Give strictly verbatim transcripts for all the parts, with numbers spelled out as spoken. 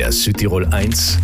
Der Südtirol eins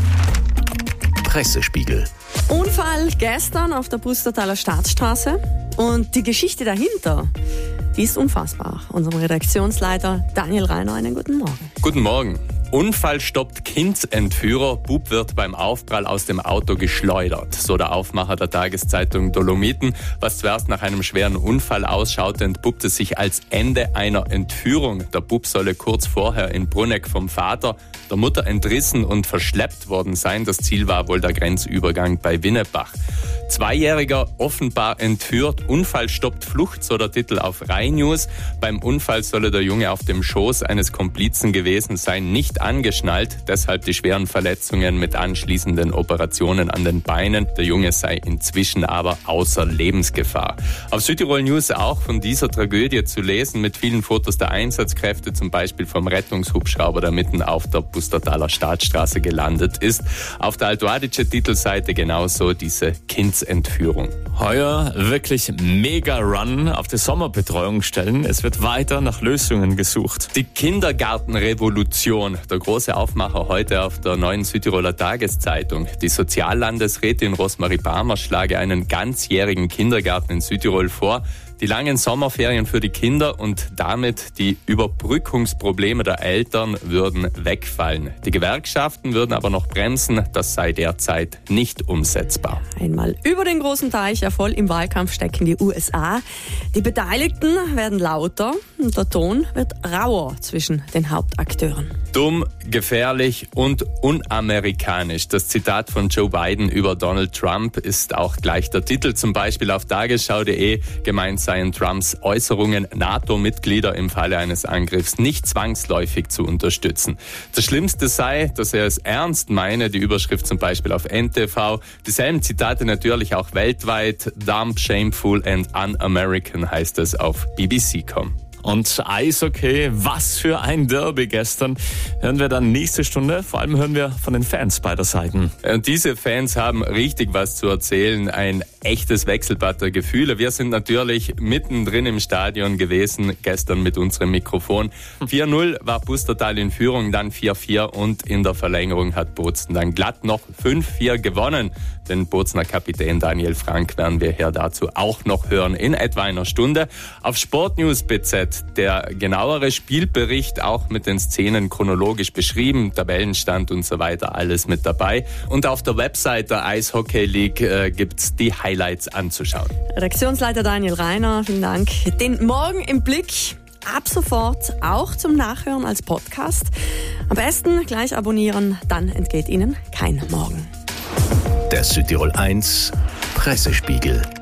Pressespiegel. Unfall gestern auf der Pustertaler Staatsstraße und die Geschichte dahinter, die ist unfassbar. Unserem Redaktionsleiter Daniel Reiner einen guten Morgen. Guten Morgen. Unfall stoppt Kindsentführer. Bub wird beim Aufprall aus dem Auto geschleudert. So der Aufmacher der Tageszeitung Dolomiten. Was zuerst nach einem schweren Unfall ausschaute, entpuppte sich als Ende einer Entführung. Der Bub solle kurz vorher in Bruneck vom Vater, der Mutter entrissen und verschleppt worden sein. Das Ziel war wohl der Grenzübergang bei Winnebach. Zweijähriger offenbar entführt. Unfall stoppt Flucht, so der Titel auf Rai News. Beim Unfall solle der Junge auf dem Schoß eines Komplizen gewesen sein, nicht angeschnallt. Deshalb die schweren Verletzungen mit anschließenden Operationen an den Beinen. Der Junge sei inzwischen aber außer Lebensgefahr. Auf Südtirol News auch von dieser Tragödie zu lesen, mit vielen Fotos der Einsatzkräfte, zum Beispiel vom Rettungshubschrauber, der mitten auf der Pustertaler Staatsstraße gelandet ist. Auf der Alto-Adige Titelseite genauso diese Kindsentführung. Heuer wirklich mega Run auf die Sommerbetreuungsstellen. Es wird weiter nach Lösungen gesucht. Die Kindergartenrevolution, der große Aufmacher heute auf der neuen Südtiroler Tageszeitung. Die Soziallandesrätin Rosmarie Barmer schlage einen ganzjährigen Kindergarten in Südtirol vor. Die langen Sommerferien für die Kinder und damit die Überbrückungsprobleme der Eltern würden wegfallen. Die Gewerkschaften würden aber noch bremsen, das sei derzeit nicht umsetzbar. Einmal über den großen Teich, ja voll im Wahlkampf stecken die U S A. Die Beteiligten werden lauter und der Ton wird rauer zwischen den Hauptakteuren. Dumm, gefährlich und unamerikanisch. Das Zitat von Joe Biden über Donald Trump ist auch gleich der Titel. Zum Beispiel auf tagesschau punkt de. Gemeint seien Trumps Äußerungen, NATO-Mitglieder im Falle eines Angriffs nicht zwangsläufig zu unterstützen. Das Schlimmste sei, dass er es ernst meine. Die Überschrift zum Beispiel auf N T V. Dieselben Zitate natürlich auch weltweit. Dumb, shameful and un-American heißt es auf B B C Punkt com. Und Eishockey, was für ein Derby gestern, hören wir dann nächste Stunde. Vor allem hören wir von den Fans beider Seiten. Und diese Fans haben richtig was zu erzählen, ein echtes Wechselbad der Gefühle. Wir sind natürlich mittendrin im Stadion gewesen, gestern mit unserem Mikrofon. vier null war Pustertal in Führung, dann vier vier und in der Verlängerung hat Bozen dann glatt noch fünf vier gewonnen. Den Bozener Kapitän Daniel Frank werden wir hier dazu auch noch hören in etwa einer Stunde. Auf Sportnews B Z der genauere Spielbericht, auch mit den Szenen chronologisch beschrieben, Tabellenstand und so weiter, alles mit dabei. Und auf der Website der Eishockey League äh, gibt's die Highlights anzuschauen. Redaktionsleiter Daniel Reiner, vielen Dank. Den Morgen im Blick ab sofort auch zum Nachhören als Podcast. Am besten gleich abonnieren, dann entgeht Ihnen kein Morgen. Der Südtirol eins Pressespiegel.